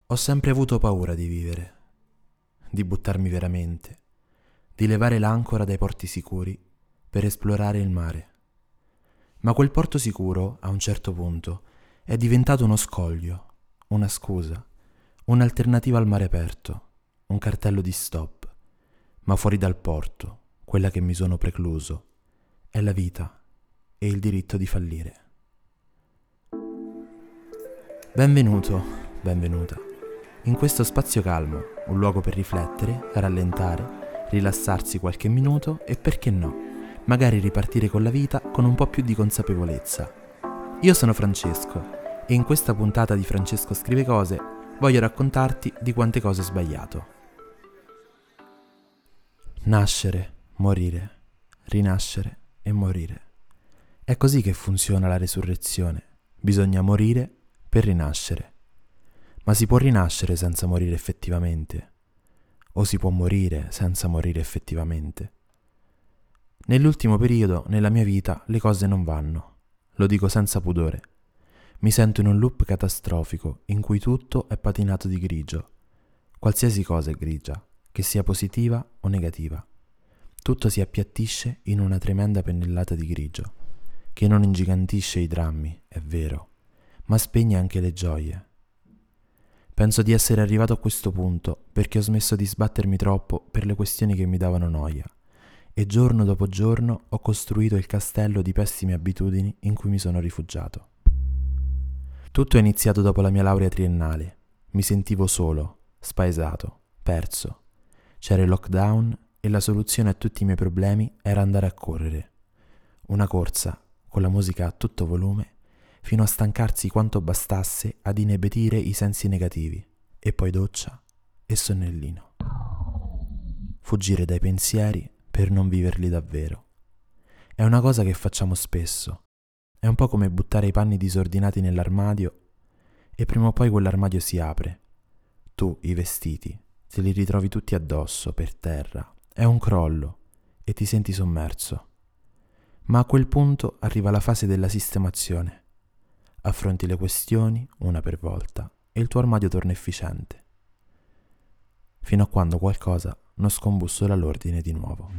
Ho sempre avuto paura di vivere, di buttarmi veramente, di levare l'ancora dai porti sicuri per esplorare il mare. Ma quel porto sicuro, a un certo punto, è diventato uno scoglio, una scusa, un'alternativa al mare aperto, un cartello di stop. Ma fuori dal porto, quella che mi sono precluso, è la vita e il diritto di fallire. Benvenuto, benvenuta. In questo spazio calmo, un luogo per riflettere, rallentare, rilassarsi qualche minuto e perché no, magari ripartire con la vita con un po' più di consapevolezza. Io sono Francesco e in questa puntata di Francesco Scrive Cose voglio raccontarti di quante cose ho sbagliato. Nascere, morire, rinascere e morire. È così che funziona la resurrezione. Bisogna morire per rinascere. Ma si può rinascere senza morire effettivamente? O si può morire senza morire effettivamente? Nell'ultimo periodo, nella mia vita, le cose non vanno. Lo dico senza pudore. Mi sento in un loop catastrofico in cui tutto è patinato di grigio. Qualsiasi cosa è grigia, che sia positiva o negativa. Tutto si appiattisce in una tremenda pennellata di grigio, che non ingigantisce i drammi, è vero, ma spegne anche le gioie. Penso di essere arrivato a questo punto perché ho smesso di sbattermi troppo per le questioni che mi davano noia e giorno dopo giorno ho costruito il castello di pessime abitudini in cui mi sono rifugiato. Tutto è iniziato dopo la mia laurea triennale. Mi sentivo solo, spaesato, perso. C'era il lockdown e la soluzione a tutti i miei problemi era andare a correre. Una corsa, con la musica a tutto volume, fino a stancarsi quanto bastasse ad inebetire i sensi negativi, e poi doccia e sonnellino. Fuggire dai pensieri per non viverli davvero. È una cosa che facciamo spesso. È un po' come buttare i panni disordinati nell'armadio e prima o poi quell'armadio si apre. Tu, i vestiti, te li ritrovi tutti addosso, per terra. È un crollo e ti senti sommerso. Ma a quel punto arriva la fase della sistemazione. Affronti le questioni, una per volta, e il tuo armadio torna efficiente. Fino a quando qualcosa non scombussola l'ordine di nuovo.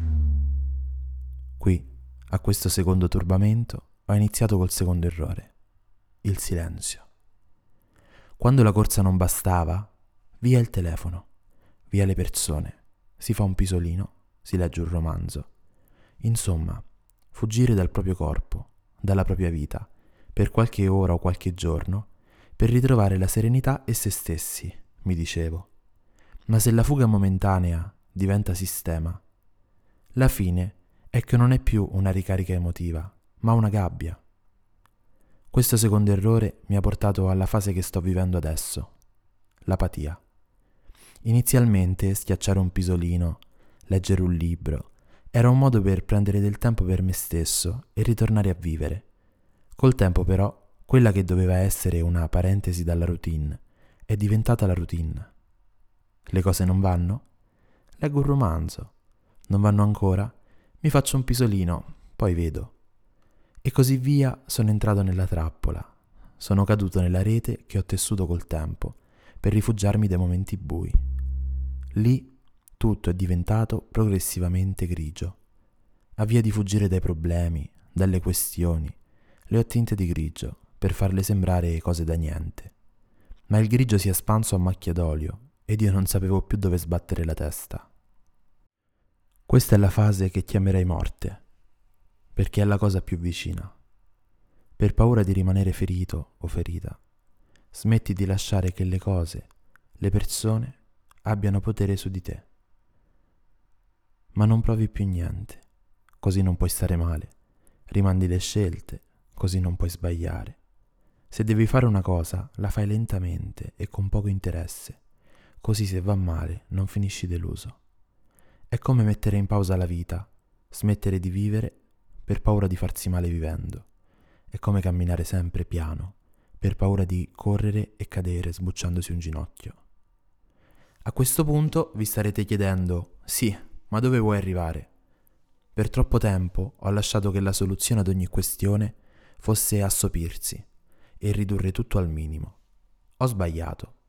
Qui, a questo secondo turbamento, ho iniziato col secondo errore. Il silenzio. Quando la corsa non bastava, via il telefono, via le persone, si fa un pisolino, si legge un romanzo. Insomma, fuggire dal proprio corpo, dalla propria vita, per qualche ora o qualche giorno, per ritrovare la serenità e se stessi, mi dicevo. Ma se la fuga momentanea diventa sistema, la fine è che non è più una ricarica emotiva, ma una gabbia. Questo secondo errore mi ha portato alla fase che sto vivendo adesso, l'apatia. Inizialmente schiacciare un pisolino, leggere un libro, era un modo per prendere del tempo per me stesso e ritornare a vivere. Col tempo però, quella che doveva essere una parentesi dalla routine è diventata la routine. Le cose non vanno? Leggo un romanzo. Non vanno ancora? Mi faccio un pisolino, poi vedo. E così via sono entrato nella trappola. Sono caduto nella rete che ho tessuto col tempo per rifugiarmi dai momenti bui. Lì tutto è diventato progressivamente grigio. A via di fuggire dai problemi, dalle questioni, le ho tinte di grigio per farle sembrare cose da niente. Ma il grigio si è espanso a macchia d'olio ed io non sapevo più dove sbattere la testa. Questa è la fase che chiamerei morte, perché è la cosa più vicina. Per paura di rimanere ferito o ferita, smetti di lasciare che le cose, le persone, abbiano potere su di te. Ma non provi più niente, così non puoi stare male. Rimandi le scelte, così non puoi sbagliare. Se devi fare una cosa, la fai lentamente e con poco interesse, così se va male non finisci deluso. È come mettere in pausa la vita, smettere di vivere per paura di farsi male vivendo. È come camminare sempre piano, per paura di correre e cadere sbucciandosi un ginocchio. A questo punto vi starete chiedendo, sì, ma dove vuoi arrivare? Per troppo tempo ho lasciato che la soluzione ad ogni questione fosse assopirsi e ridurre tutto al minimo. Ho sbagliato,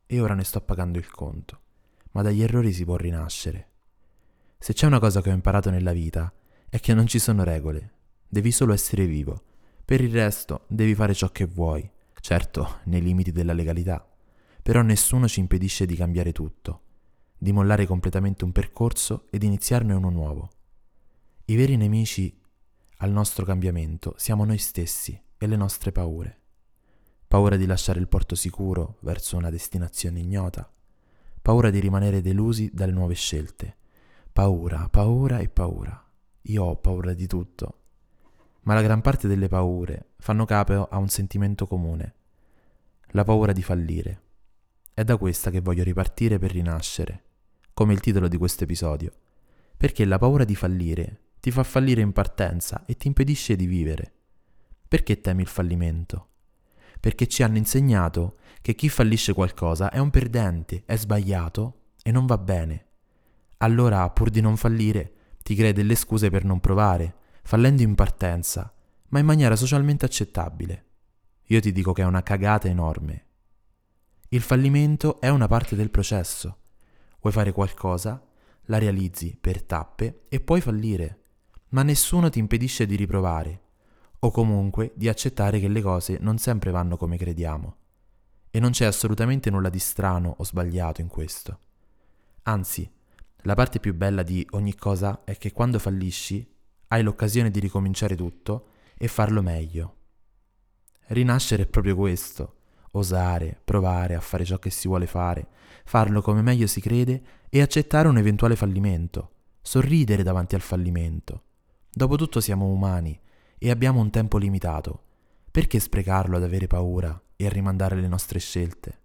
e ora ne sto pagando il conto. Ma dagli errori si può rinascere. Se c'è una cosa che ho imparato nella vita è che non ci sono regole, devi solo essere vivo. Per il resto devi fare ciò che vuoi, certo nei limiti della legalità, però nessuno ci impedisce di cambiare tutto, di mollare completamente un percorso ed iniziarne uno nuovo. I veri nemici al nostro cambiamento siamo noi stessi e le nostre paure. Paura di lasciare il porto sicuro verso una destinazione ignota, paura di rimanere delusi dalle nuove scelte, paura, paura e paura. Io ho paura di tutto, ma la gran parte delle paure fanno capo a un sentimento comune, la paura di fallire. È da questa che voglio ripartire per rinascere, come il titolo di questo episodio, perché la paura di fallire ti fa fallire in partenza e ti impedisce di vivere. Perché temi il fallimento? Perché ci hanno insegnato che chi fallisce qualcosa è un perdente, è sbagliato e non va bene. Allora, pur di non fallire, ti crei delle scuse per non provare, fallendo in partenza, ma in maniera socialmente accettabile. Io ti dico che è una cagata enorme. Il fallimento è una parte del processo. Vuoi fare qualcosa, la realizzi per tappe e puoi fallire, ma nessuno ti impedisce di riprovare, o comunque di accettare che le cose non sempre vanno come crediamo. E non c'è assolutamente nulla di strano o sbagliato in questo. Anzi, la parte più bella di ogni cosa è che quando fallisci hai l'occasione di ricominciare tutto e farlo meglio. Rinascere è proprio questo, osare, provare a fare ciò che si vuole fare, farlo come meglio si crede e accettare un eventuale fallimento, sorridere davanti al fallimento. Dopotutto siamo umani e abbiamo un tempo limitato. Perché sprecarlo ad avere paura e a rimandare le nostre scelte?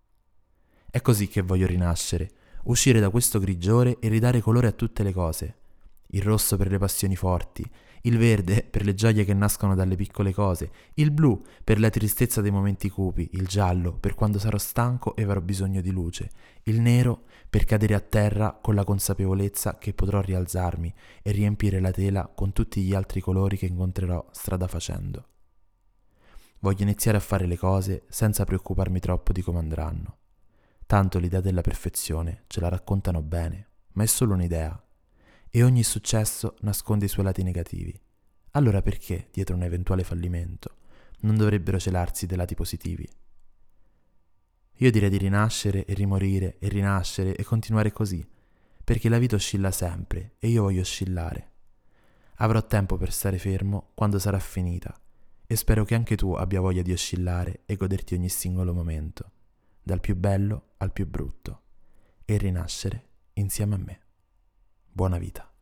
È così che voglio rinascere, uscire da questo grigiore e ridare colore a tutte le cose. Il rosso per le passioni forti, il verde per le gioie che nascono dalle piccole cose, il blu per la tristezza dei momenti cupi, il giallo per quando sarò stanco e avrò bisogno di luce, il nero per cadere a terra con la consapevolezza che potrò rialzarmi e riempire la tela con tutti gli altri colori che incontrerò strada facendo. Voglio iniziare a fare le cose senza preoccuparmi troppo di come andranno. Tanto l'idea della perfezione ce la raccontano bene, ma è solo un'idea. E ogni successo nasconde i suoi lati negativi. Allora perché, dietro un eventuale fallimento, non dovrebbero celarsi dei lati positivi? Io direi di rinascere e rimorire e rinascere e continuare così, perché la vita oscilla sempre e io voglio oscillare. Avrò tempo per stare fermo quando sarà finita e spero che anche tu abbia voglia di oscillare e goderti ogni singolo momento, dal più bello al più brutto, e rinascere insieme a me. Buona vita.